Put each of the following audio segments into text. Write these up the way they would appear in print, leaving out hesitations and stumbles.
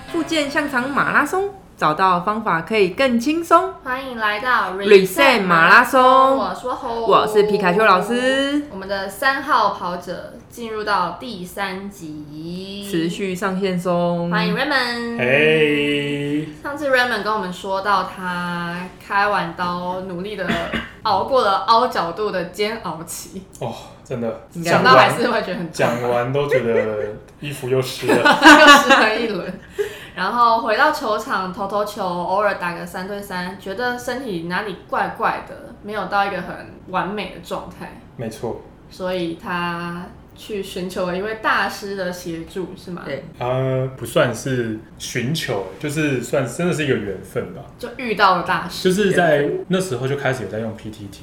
复健香肠马拉松，找到方法可以更轻松。 欢迎来到 Reset 马拉松， 我是猴， 我是皮卡丘老师。 我们的3号跑者进入到第3集， 持续上线中。 欢迎 Raymond。 嘿， 上次 Raymond 跟我们说到，他开完刀，努力的熬过了凹角度的煎熬期。 哦，真的， 想到还是会觉得很讲完都觉得衣服又湿了， 又湿了一轮。然后回到球场投投球，偶尔打个3对3，觉得身体哪里怪怪的，没有到一个很完美的状态。 没错。 所以他去寻求了一位大师的协助，是吗？ 对， 不算是寻求，就是算真的是一个缘分吧。 就遇到了大师， 就是在那时候就开始有在用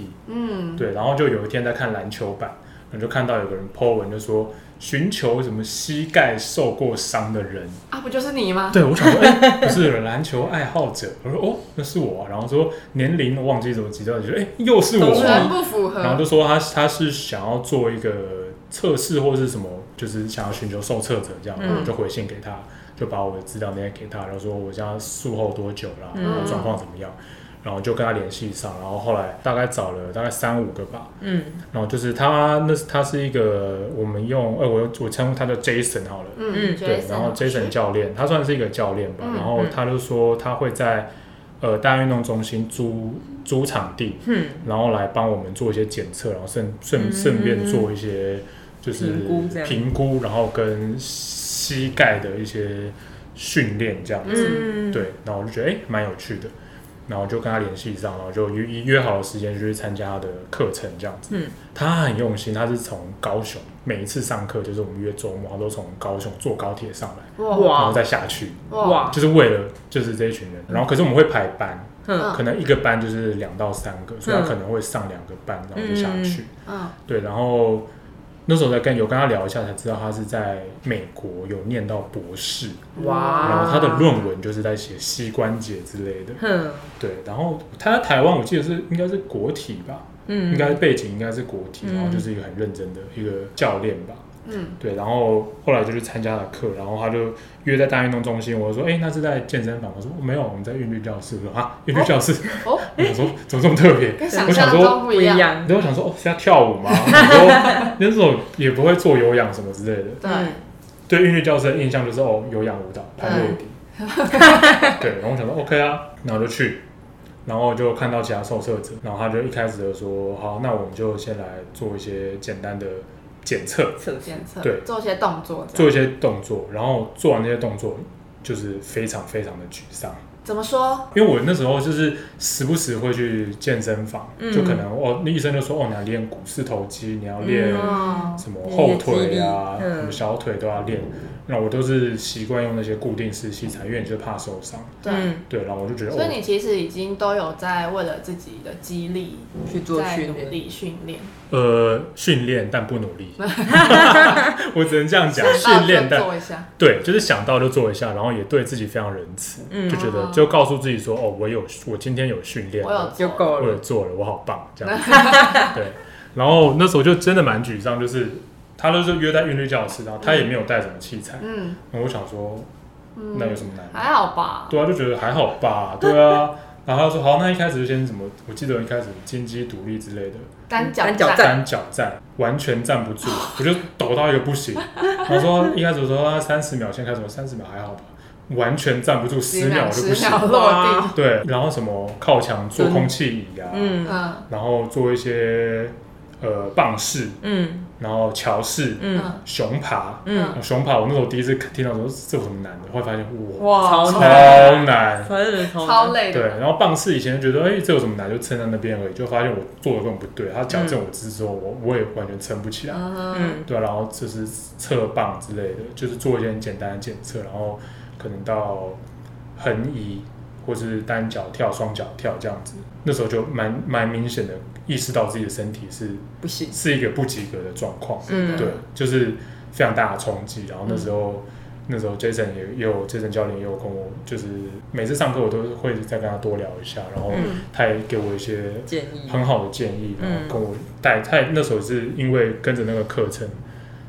PTT，对，然后就有一天在看篮球版，然后就看到有个人 po 文就说寻求什么膝盖受过伤的人啊，不就是你吗？ 对，我想说，不是篮球爱好者，我说哦，那是我啊，然后说年龄我忘记怎么记到，就说又是我啊， 全不符合， 然后就说他是想要做一个测试或是什么，就是想要寻求受测者这样，我就回信给他，就把我的资料那些给他，然后说我现在术后多久啦，然后状况怎么样。然后就跟他联系上，然后后来大概找了大概3-5个吧，然后就是他是一个我们用我称呼他叫 Jason 好了，对，然后 Jason 教练，他算是一个教练吧，然后他就说他会在大运动中心租场地，然后来帮我们做一些检测，然后顺便做一些就是评估，然后跟膝盖的一些训练这样子，对，然后我就觉得蛮有趣的。然后就跟他联系上，然后就约好了时间就去参加他的课程这样子。他很用心，他是从高雄每一次上课，就是我们约周末，他都从高雄坐高铁上来，然后再下去，就是为了就是这一群人。然后可是我们会排班，可能一个班就是2到3个，所以他可能会上2个班，然后就下去。对，然后那时候有跟他聊一下，才知道他是在美国有念到博士，然后他的论文就是在写膝关节之类的，对，然后他在台湾我记得应该是国体吧，应该背景应该是国体，然后就是一个很认真的一个教练吧，对，然后后来就去参加了课，然后他就约在大运动中心，我就说那是在健身房，我说没有，我们在韵律教室，我说韵律教室，我说怎么这么特别， 我想说不一样， 然后我想说是要跳舞吗？我说那时候也不会做有氧什么之类的，对韵律教室的印象就是有氧舞蹈排位底，对，然后我想说 OK 啊，然后就去。然后就看到其他受测者，然后他就一开始就说好，那我们就先来做一些简单的检测，对， 做一些动作， 然后做完那些动作，就是非常非常的沮丧。 怎么说？ 因为我那时候就是时不时会去健身房，就可能医生就说你要练股四头肌，你要练什么后腿啊，什么小腿都要练。那我都是习惯用那些固定式器材，因为你就怕受伤。对，然后我就觉得， 所以你其实已经都有在为了自己的肌力去做训练。 训练但不努力，我只能这样讲。训练但做一下， 对，就是想到就做一下，然后也对自己非常仁慈，就觉得就告诉自己说，我今天有训练， 就够了， 我有做了，我好棒，这样子。对，然后那时候就真的蛮沮丧，就是他都是约在韵律教室，然后他也没有带什么器材，然后我想说，那有什么难？ 还好吧？ 对啊，就觉得还好吧，对啊。然后他说好，那一开始就先什么？我记得一开始金鸡独立之类的， 单脚站，完全站不住，我就抖到一个不行。然后说一开始说他30秒先开始，30秒还好吧，完全站不住，10秒就不行， 落地。 对，然后什么靠墙做空气椅啊，然后做一些棒式，然后桥式，熊爬，熊爬，我那时候第一次听到说这有什么难的，后来发现哇，超难， 超累的。 对，然后棒式以前就觉得这有什么难，就撑在那边而已，就发现我做的根本不对，他矫正我姿势之后，我也完全撑不起来，对，然后就是侧棒之类的，就是做一些很简单的检测，然后可能到横移或是单脚跳、双脚跳这样子，那时候就蛮明显的意识到自己的身体是一个不及格的状况，对，就是非常大的冲击。然后那时候 Jason Jason 教练也有跟我，就是每次上课我都会再跟他多聊一下，然后他也给我一些很好的建议，然后跟我带。他那时候是因为跟着那个课程，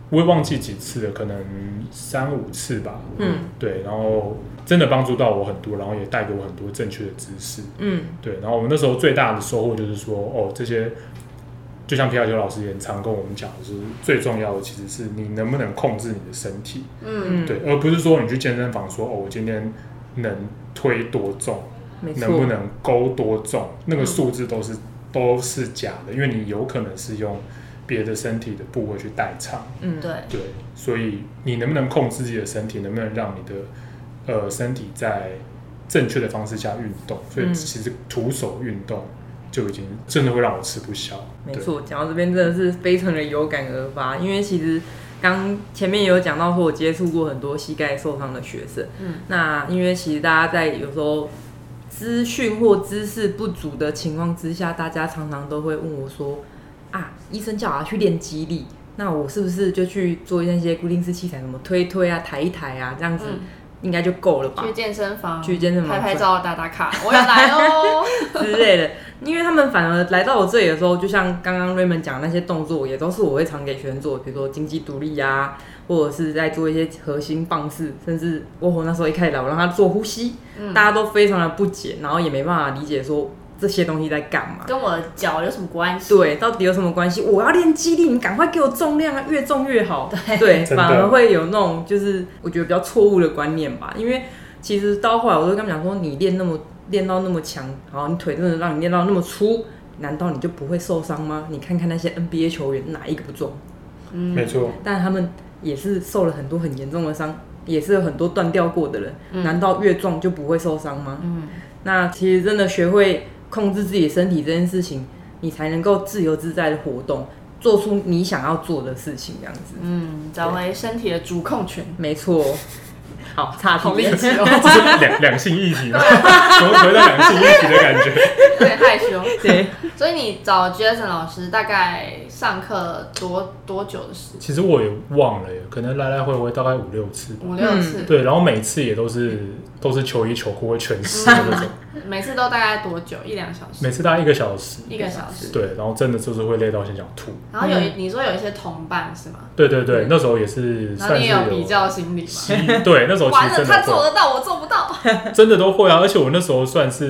我也忘记几次了，可能3、5次吧。对，然后真的帮助到我很多，然后也带给我很多正确的知识。对，然后我们那时候最大的收获就是说，这些就像皮亚丘老师也常跟我们讲，就是最重要的其实是你能不能控制你的身体。对，而不是说你去健身房说，我今天能推多重，能不能勾多重，那个数字都是假的，因为你有可能是用别的身体的部位去代偿。 对， 所以你能不能控制自己的身体，能不能让你的身体在正确的方式下运动？所以其实徒手运动就已经真的会让我吃不消。 没错，讲到这边真的是非常的有感而发，因为其实刚前面也有讲到说，我接触过很多膝盖受伤的学生。那因为其实大家在有时候资讯或知识不足的情况之下，大家常常都会问我说：“啊，医生叫我去练肌力，那我是不是就去做那些固定式器材，什么推啊、抬一抬啊，这样子应该就够了吧？” 去健身房拍拍照、打卡，我要来哦之类的。因为他们反而来到我这里的时候，就像刚刚 Raymond 讲的那些动作，也都是我会常给学生做，比如说经济独立啊，或者是在做一些核心棒式，甚至我那时候一开始来，我让他做呼吸，大家都非常的不解，然后也没办法理解说这些东西在干嘛， 跟我的脚有什么关系？ 对，到底有什么关系？我要练肌力，你赶快给我重量啊，越重越好。对，反而会有那种就是我觉得比较错误的观念吧，因为其实到后来我都跟他们讲说，你练到那么强，然后你腿真的让你练到那么粗，难道你就不会受伤吗？你看看那些 NBA 球员哪一个不重？ 没错， 但他们也是受了很多很严重的伤，也是有很多断掉过的人，难道越重就不会受伤吗？那其实真的学会控制自己的身体这件事情，你才能够自由自在的活动，做出你想要做的事情，这样子。 找回身体的主控权。 没错。好，差题了， 这是两性议题吗？怎么回到两性议题的感觉？ 有点害羞。 对， 所以你找 Jason 老师大概上课多久的时间？ 其实我也忘了耶，可能来来回回大概5、6次吧。 5、6次。 对，然后每次也都是球衣球裤会全湿的那种。 每次都大概多久？1、2小时？ 每次大概1个小时。 1个小时。 对，然后真的就是会累到先想吐。 然后你说有一些同伴是吗？ 对，那时候也是算是有。 然后你也有比较心理吗？ 对，那时候其实真的他做得到，我做不到。 真的都会啊，而且我那时候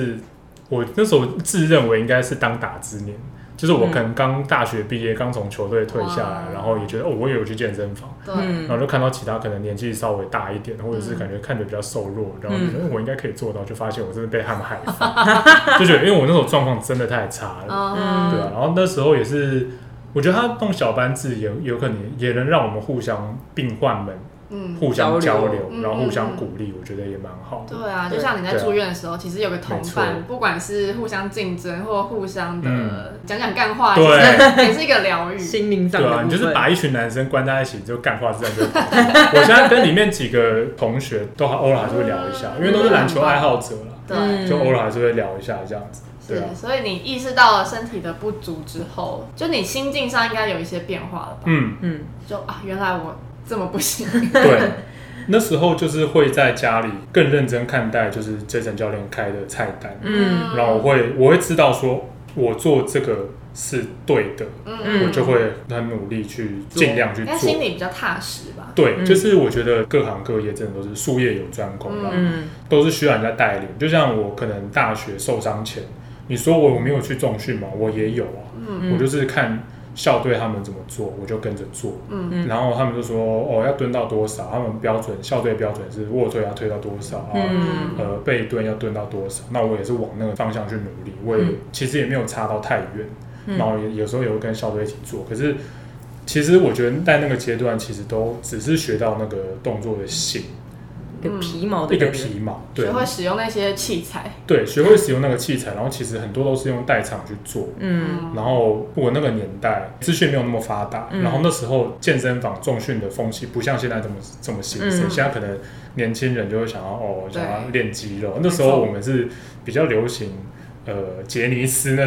自认为应该是当打之年。就是我可能刚大学毕业，刚从球队退下来，然后也觉得我也有去健身房，然后就看到其他可能年纪稍微大一点，或者是感觉看着比较瘦弱，然后就觉得我应该可以做到，就发现我真的被他们害死，就觉得因为我那种状况真的太差了，对啊，然后那时候也是，我觉得他弄小班制也有可能也能让我们互相病患们。互相交流，然后互相鼓励，我觉得也蛮好的。 对啊，就像你在住院的时候，其实有个同伴，不管是互相竞争或互相的讲干话， 对， 也是一个疗愈， 心灵上的。 对啊，你就是把一群男生关在一起，就干话自然就跑。我现在跟里面几个同学都偶尔还是会聊一下，因为都是篮球爱好者了， 对， 就偶尔还是会聊一下这样子。对啊， 所以你意识到了身体的不足之后，就你心境上应该有一些变化了吧？就原来我这么不行。 对，那时候就是会在家里更认真看待，就是 Jason 教练开的菜单，然后我会知道说，我做这个是对的，我就会很努力去尽量去做， 心里比较踏实吧。 对，就是我觉得各行各业真的都是术业有专攻，都是需要人家带领。就像我可能大学受伤前，你说我没有去重训吗？我也有啊，我就是看校队他们怎么做，我就跟着做。然后他们就说要蹲到多少，他们校队标准是卧推要推到多少背蹲要蹲到多少，那我也是往那个方向去努力。我也其实也没有差到太远，然后有时候也会跟校队一起做。可是其实我觉得在那个阶段，其实都只是学到那个动作的形。 一个皮毛， 对，学会使用那些器材， 对，学会使用那个器材，然后其实很多都是用代偿去做，然后我那个年代资讯没有那么发达，然后那时候健身房重训的风气不像现在这么兴盛，现在可能年轻人就会想要练肌肉，那时候我们是比较流行杰尼斯那种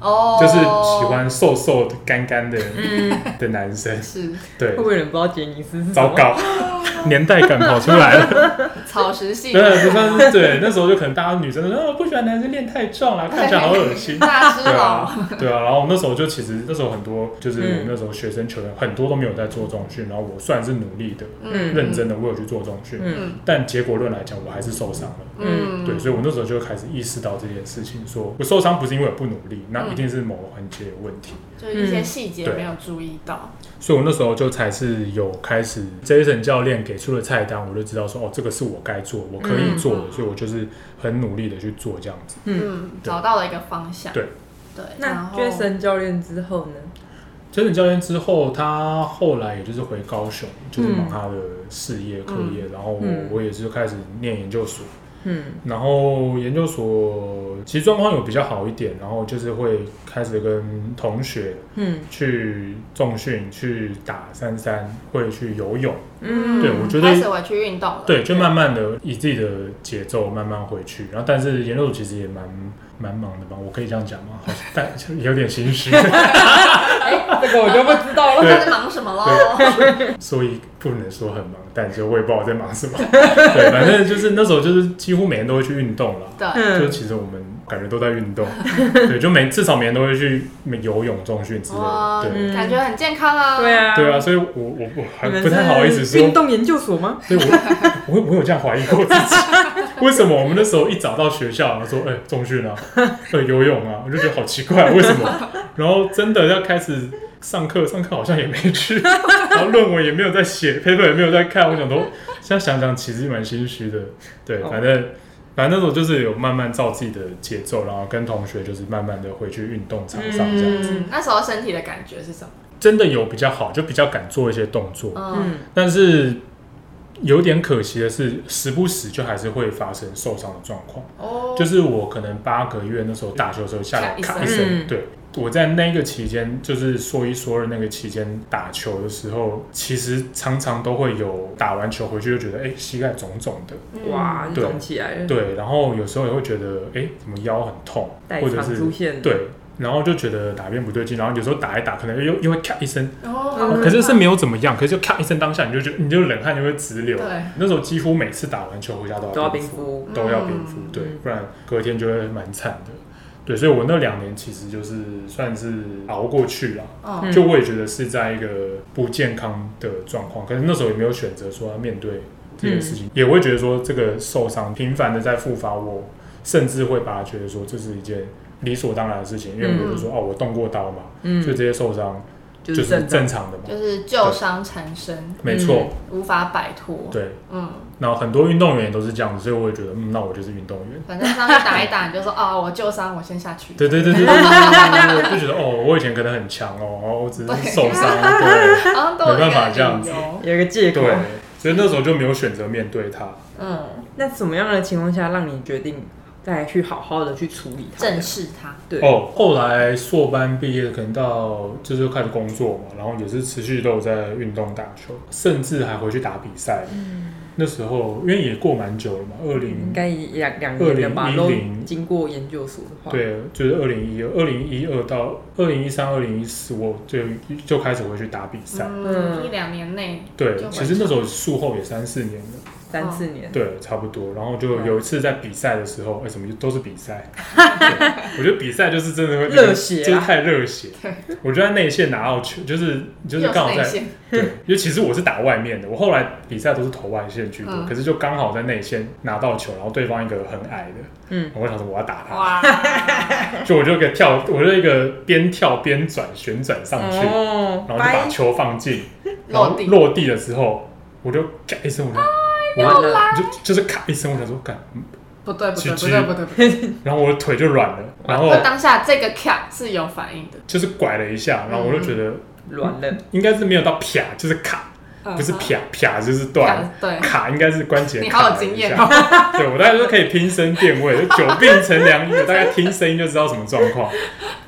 就是喜欢瘦瘦的、干干的的男生。 是， 对， 会不会有人不知道杰尼斯是什么？ 糟糕，年代感跑出来了。 草食系， 对，就算是对，那时候就可能大家女生说不喜欢男生练太壮了，看起来好恶心。 大只对佬， 啊，对啊。然后那时候就其实那时候很多就是我们那时候学生球员很多都没有在做重训，然后我算是努力的、认真的，我有去做重训，但结果论来讲，我还是受伤了。对，所以我那时候就开始意识到这件事情，说我受伤不是因为我不努力，那一定是某个环节有问题， 就是一些细节没有注意到。 所以我那时候就才是有开始 Jason 教练给出的菜单，我就知道说这个是我该做，我可以做的，所以我就是很努力的去做这样子。 找到了一个方向。 对。 那 Jason 教练之后呢 ？Jason 教练之后，他后来也就是回高雄，就是忙他的事业、课业，然后我也是开始念研究所。然后研究所其实状况有比较好一点，然后就是会开始跟同学去重训，去打33，会去游泳。对，我觉得开始回去运动了。 对，就慢慢的以自己的节奏慢慢回去。然后，但是研究所其实也蛮忙的吧？我可以这样讲吗？好，但有点心虚。 这个我就不知道了。 他在忙什么咯？ 所以不能说很忙，但就我也不知道我在忙什么。对，反正就是那时候就是几乎每天都会去运动啦。 对， 就其实我们感觉都在运动。对，就至少每天都会去游泳、重训之类的。对， 感觉很健康啊。 对啊， 对啊，所以我还不太好意思说运动研究所吗？ 对，我有这样怀疑过自己。为什么我们那时候一早到学校，然后说重训啊，游泳啊，我就觉得好奇怪，为什么？然后真的要开始上课好像也没去，然后论文也没有在写，paper 也没有在看。我想说，现在想想其实蛮心虚的。对，反正那时候就是有慢慢照自己的节奏，然后跟同学就是慢慢的回去运动场上这样子。 那时候身体的感觉是什么？ 真的有比较好，就比较敢做一些动作。但是有点可惜的是，时不时就还是会发生受伤的状况。就是我可能8个月那时候打球的时候下来咔一声，对。我在那个期间，就是硕1、硕2那个期间打球的时候，其实常常都会有打完球回去就觉得，膝盖肿肿的， 哇，肿起来了。 对，然后有时候也会觉得，怎么腰很痛，或者是出现， 对，然后就觉得哪边不对劲，然后有时候打一打，可能又会咔一声，可是没有怎么样，可是就咔一声，当下你就冷汗就会直流。 对， 那时候几乎每次打完球回家都要冰敷，对，不然隔天就会蛮惨的。对，所以我那2年其实就是算是熬过去了，就我也觉得是在一个不健康的状况，可是那时候也没有选择说要面对这件事情，也会觉得说这个受伤频繁的在复发，我甚至会把它觉得说这是一件理所当然的事情，因为我就说我动过刀嘛，所以这些受伤就是正常的嘛， 就是旧伤缠身， 没错， 无法摆脱。 对，然后很多运动员也都是这样子，所以我也觉得，那我就是运动员。 反正上去打一打，你就说我旧伤，我先下去。 对，就觉得我以前可能很强我只是受伤，对，没办法这样子， 有一个借口。 对，所以那时候就没有选择面对它。 那什么样的情况下让你决定再去好好的去处理它， 正视它？ 对。 后来硕班毕业，可能到就是开始工作嘛，然后也是持续都有在运动打球，甚至还回去打比赛。那时候因为也过蛮久了嘛应该2年了吧，都经过研究所的话， 对，就是2012到2013、2014，我就开始回去打比赛 ，1-2年内。 对，其实那时候术后也3-4年了。 3-4年， 对，差不多。然后就有一次在比赛的时候，什么都是比赛。我觉得比赛就是真的会热血， 就是太热血。我就在内线拿到球，就是刚好在对，因为其实我是打外面的，我后来比赛都是投外线居多，可是就刚好在内线拿到球，然后对方一个很矮的，我想说我要打他，就我就一个边跳边旋转上去，然后就把球放进，然后落地的时候，我就咔一声，就是咔一声，我想说， 不对， 然后我的腿就软了，然后当下这个咔是有反应的， 就是拐了一下，然后我就觉得软了， 应该是没有到啪，就是卡，不是啪就是断，卡应该是关节。 你好有经验， 对，我大概就可以听声辨位，就久病成良医，我大概听声音就知道什么状况。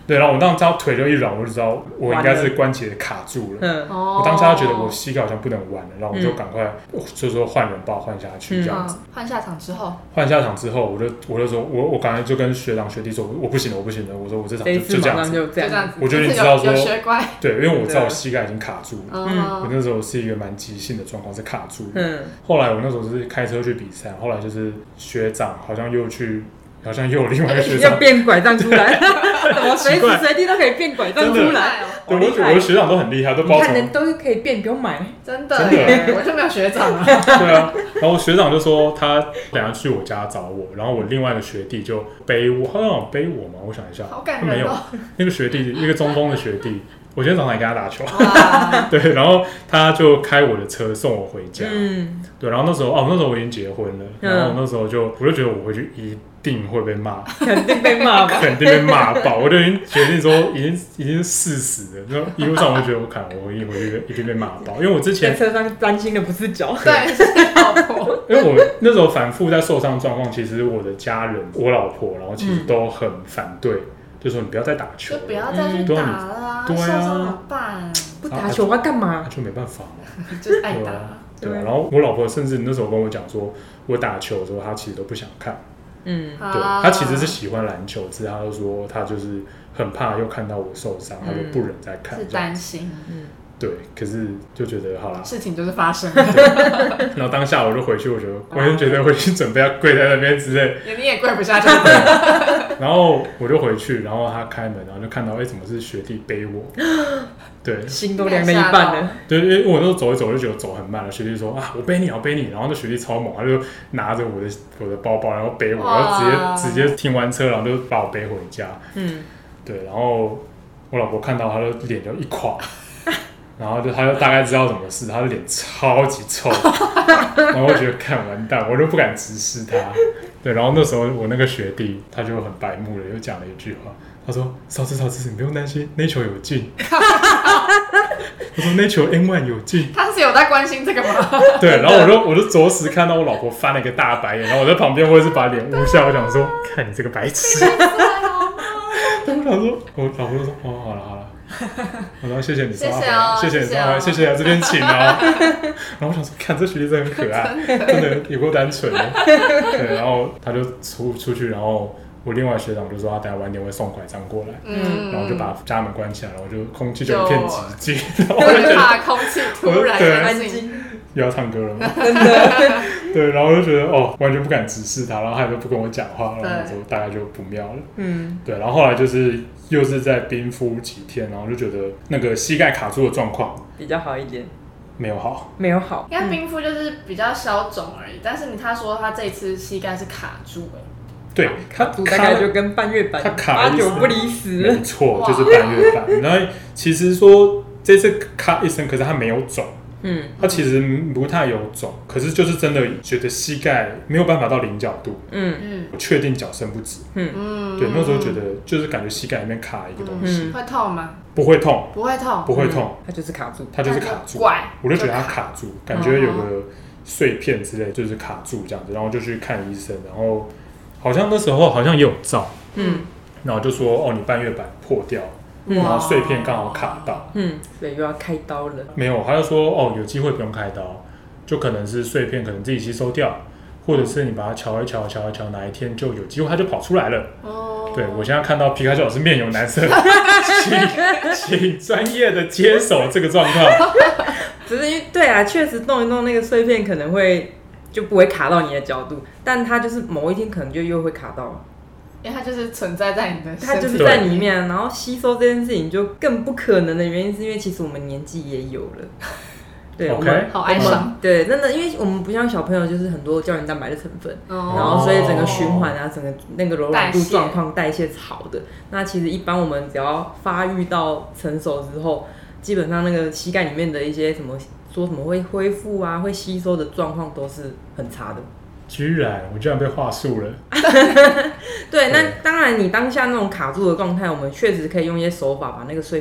对，然后我当时腿就一软，我就知道我应该是关节卡住了。我当下觉得我膝盖好像不能弯了，然后我就赶快就说换人把我换下去这样子。 换下场之后， 我就说我刚才就跟学长学弟说我不行了，我说我这场就这样子，我就已经知道说有学乖， 对，因为我知道我膝盖已经卡住了。我那时候是一个蛮急性的状况，是卡住了。后来我那时候是开车去比赛，后来就是学长好像又有另外一个学长要变拐杖出来，怎么随时随地都可以变拐杖出来？ 对，我的学长都很厉害，都包看人都可以变，不用买。 真的耶，我就没有学长啊。 对啊，然后学长就说他等下去我家找我，然后我另外一个学弟就背我，好像有背我嘛，我想一下， 好感人哦。 没有，那个学弟一个中锋的学弟。我今天早上也跟他打球，对，然后他就开我的车送我回家，对，然后那时候我已经结婚了，然后那时候我就觉得我回去一定会被骂， 肯定被骂吧， 肯定被骂爆，我就已经决定说已经是事实了，然后一路上我就觉得我一回去一定被骂爆，因为我之前在车上担心的不是脚， 对，是老婆， 因为我那时候反复在受伤状况，其实我的家人、我老婆，然后其实都很反对。就说你不要再打球了， 就不要再去打了啊！受伤怎么办？ 不打球要干嘛？ 就没办法嘛， 就是爱打。 对啊，然后我老婆甚至那时候跟我讲说，我打球的时候她其实都不想看。对，她其实是喜欢篮球，只是她就说她就是很怕又看到我受伤，她就不忍再看， 是担心。 对，可是就觉得好啦， 事情就是发生。 然后当下我就回去，我就觉得回去准备要跪在那边之类， 你也跪不下去。 然后我就回去，然后他开门，然后就看到怎么是学弟背我，对， 心都凉了一半了。 对，因为我那时候走一走就觉得走很慢了，学弟说啊我背你，然后那学弟超猛，他就拿着我的包包，然后背我，然后直接停完车，然后就把我背回家。对，然后我老婆看到他的脸就一垮。然后他就大概知道什么事，他的脸超级臭，然后我觉得看完蛋，我就不敢直视他。对，然后那时候我那个学弟他就很白目了，又讲了一句话，他说：“嫂子，你不用担心，那球有进。”我说：“那球 N1 有进。” 他是有在关心这个吗？ 对，然后我就着实看到我老婆翻了一个大白眼，然后我在旁边我也是把脸捂下，我想说：“看你这个白痴。”我想说，我老婆就说：“哦，好了。”我说谢谢你， 谢谢哦， 谢谢你，谢谢啊，这边请哦。然后我想说，看这学弟真的很可爱，真的有够单纯的。对，然后他就出去，然后我另外学长就说他等下晚点会送拐杖过来，然后就把家门关起来，然后就空气就一片寂静， 就怕空气突然安静。 又要唱歌了吗？真的。对，然后我就觉得完全不敢直视他，然后他也都不跟我讲话，然后大概就不妙了。对，然后后来就是又是在冰敷几天，然后就觉得那个膝盖卡住的状况比较好一点。 没有好。 因为冰敷就是比较消肿而已，但是他说他这一次膝盖是卡住对， 卡住大概就跟半月板8、9不离十。 没错，就是半月板。然后其实说这次咔一声，可是他没有肿。他其实不太有肿，可是就是真的觉得膝盖没有办法到零角度。我确定脚伸不直。对，那时候觉得就是感觉膝盖里面卡一个东西。 会痛吗？ 不会痛， 不会痛， 它就是卡住， 我就觉得它卡住，感觉有个碎片之类，就是卡住这样子，然后就去看医生，然后好像那时候好像也有照，然后就说你半月板破掉。然后碎片刚好卡到， 所以又要开刀了。 没有，他就说有机会不用开刀，就可能是碎片可能自己吸收掉，或者是你把它瞧一瞧，哪一天就有机会它就跑出来了。对，我现在看到皮卡丘老师面有难色，请专业的接手这个状况。 只是因为对啊，确实动一动那个碎片可能会就不会卡到你的角度，但它就是某一天可能就又会卡到。 因为它就是存在在你的身体， 它就是在里面，然后吸收这件事情就更不可能的原因是因为其实我们年纪也有了，对，我们好哀伤， 对，真的，因为我们不像小朋友，就是很多胶原蛋白的成分，然后所以整个循环啊，整个那个柔软度状况代谢是好的。那其实一般我们只要发育到成熟之后，基本上那个膝盖里面的一些什么说什么会恢复啊，会吸收的状况都是很差的。 我居然被话术了。 对，那当然，你当下那种卡住的状态，我们确实可以用一些手法把那个碎片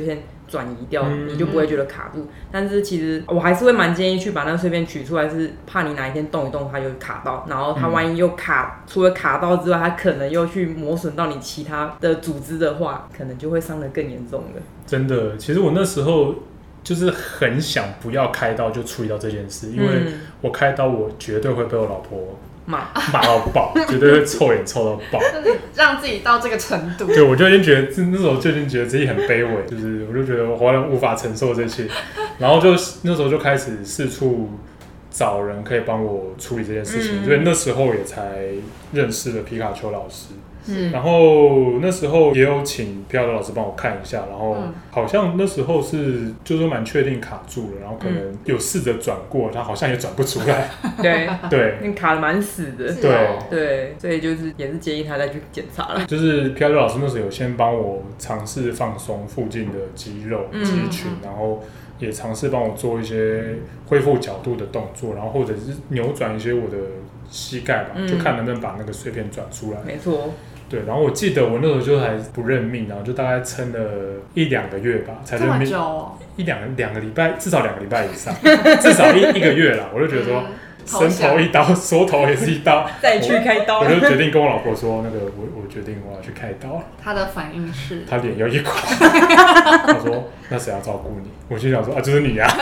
转移掉，你就不会觉得卡住。但是其实我还是会蛮建议去把那个碎片取出来，是怕你哪一天动一动它就卡到，然后它万一又卡，除了卡到之外，它可能又去磨损到你其他的组织的话，可能就会伤得更严重了。 真的，其实我那时候就是很想不要开刀就处理到这件事，因为我开刀我绝对会被我老婆骂到爆，绝对会臭脸臭到爆， 就是让自己到这个程度。 对，我就已经觉得那时候就已经觉得自己很卑微，就是我就觉得我好像无法承受这些，然后就那时候就开始四处找人可以帮我处理这件事情，所以那时候也才认识了皮卡丘老师。然后那时候也有请皮卡丘老师帮我看一下，然后好像那时候是就是蛮确定卡住了，然后可能有试着转过，他好像也转不出来。对， 你卡得蛮死的。对，所以就是也是建议他再去检查了。 就是皮卡丘老师那时候有先帮我尝试放松附近的肌肉肌群，然后也尝试帮我做一些恢复角度的动作，然后或者是扭转一些我的膝盖吧，就看能不能把那个碎片转出来。 没错。 对，然后我记得我那时候就还不认命，然后就大概撑了1-2个月吧，才认命。 这么久哦 ？2个礼拜，至少2个礼拜以上，至少一个月啦。我就觉得说，伸头一刀，缩头也是一刀， 再去开刀。 我就决定跟我老婆说，那个我决定我要去开刀。 她的反应是， 她脸要一垮。她说：“那谁要照顾你？”我心想说：“啊，就是你呀。”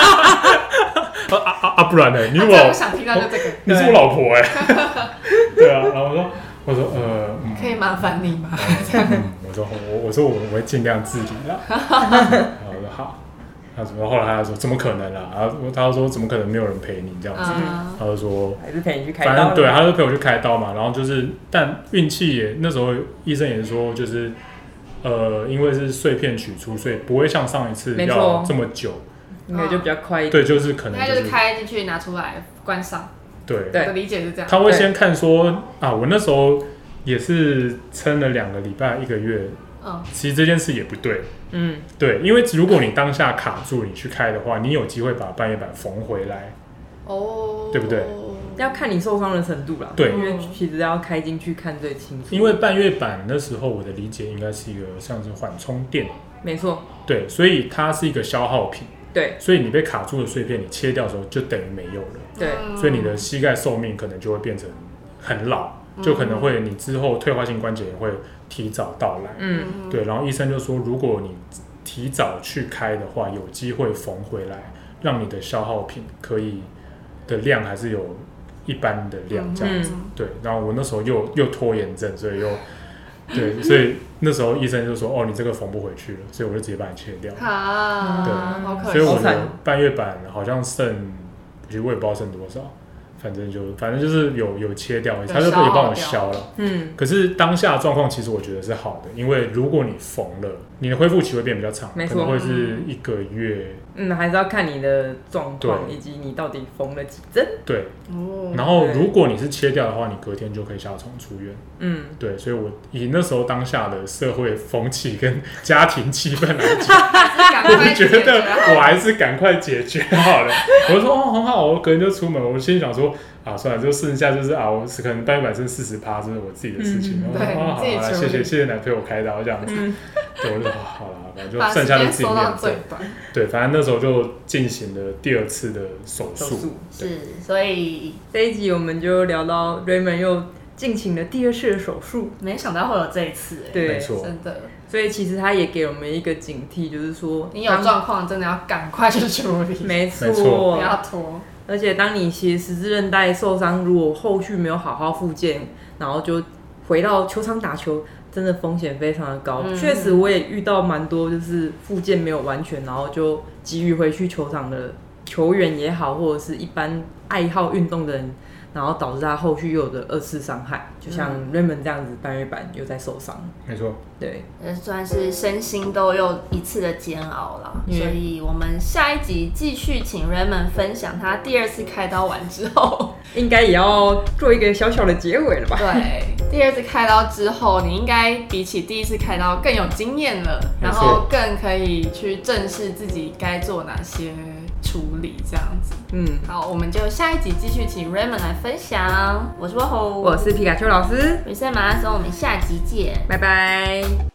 不然呢？你是我想听到就这个， 你是我老婆哎。对啊，然后我说可以麻烦你吗？ 我说我会尽量自理啦。然后我说好。后来他说怎么可能啦？然后他说怎么可能没有人陪你这样子？他就说还是陪你去开刀。 反正对，他就陪我去开刀嘛。然后就是，但运气也那时候医生也是说，就是因为是碎片取出，所以不会像上一次要这么久。 应该就比较快一点。 对，就是可能就是开进去拿出来关上。 对， 我的理解是这样。 他会先看说啊，我那时候也是撑了2个礼拜1个月。其实这件事也不对。对，因为如果你当下卡住，你去开的话，你有机会把半月板缝回来。对不对？ 要看你受伤的程度啦。 对， 因为其实要开进去看最清楚。 因为半月板那时候我的理解应该是一个像是缓冲垫。 没错。 对，所以它是一个消耗品。 对， 所以你被卡住的碎片，你切掉的时候就等于没有了。 对， 所以你的膝盖寿命可能就会变成很老，就可能会你之后退化性关节炎会提早到来。对，然后医生就说，如果你提早去开的话，有机会缝回来，让你的消耗品可以的量还是有一般的量这样子。对，然后我那时候又拖延症，所以对，所以那时候医生就说：“哦，你这个缝不回去了，所以我就直接把你切掉。” 对，好可惜。 所以我的半月板好像剩，其实我也不知道剩多少，反正就是有切掉，他就可以帮我消了。可是当下状况其实我觉得是好的，因为如果你缝了，你的恢复期会变比较长，可能会是1个月。 还是要看你的状况以及你到底缝了几针。 对。然后如果你是切掉的话，你隔天就可以下床出院。对，所以我以那时候当下的社会风气跟家庭气氛来讲，我觉得我还是赶快解决好了。我就说很好，我隔天就出门。我心里想说算了，就剩下就是我可能半月板剩40%，这是我自己的事情。好了，谢谢奶陪我开刀这样子。对，我就好了，反正就剩下的自己面对。对，反正那时候就进行了第2次的手术。 是，所以这一集我们就聊到 Raymond 又进行了第2次的手术， 没想到会有这一次。 对， 没错， 真的。 所以其实他也给我们一个警惕，就是说你有状况真的要赶快去处理。 没错， 不要拖。 而且当你其实十字韧带受伤，如果后续没有好好复健，然后就回到球场打球，真的风险非常的高。确实我也遇到蛮多就是复健没有完全，然后就急于回去球场的球员也好，或者是一般爱好运动的人，然后导致他后续又有的2次伤害，就像 Raymond 这样子半月板又在受伤。 没错， 对， 算是身心都有1次的煎熬啦。所以我们下一集继续请 Raymond 分享他第2次开刀完之后， 应该也要做一个小小的结尾了吧？ 对，第2次开刀之后，你应该比起第1次开刀更有经验了，然后更可以去正视自己该做哪些处理，这样子。好，我们就下一集继续请 Raymond 来分享。我是 Woho， 我是皮卡丘老师， 女生马拉松，我们下集见， 拜拜。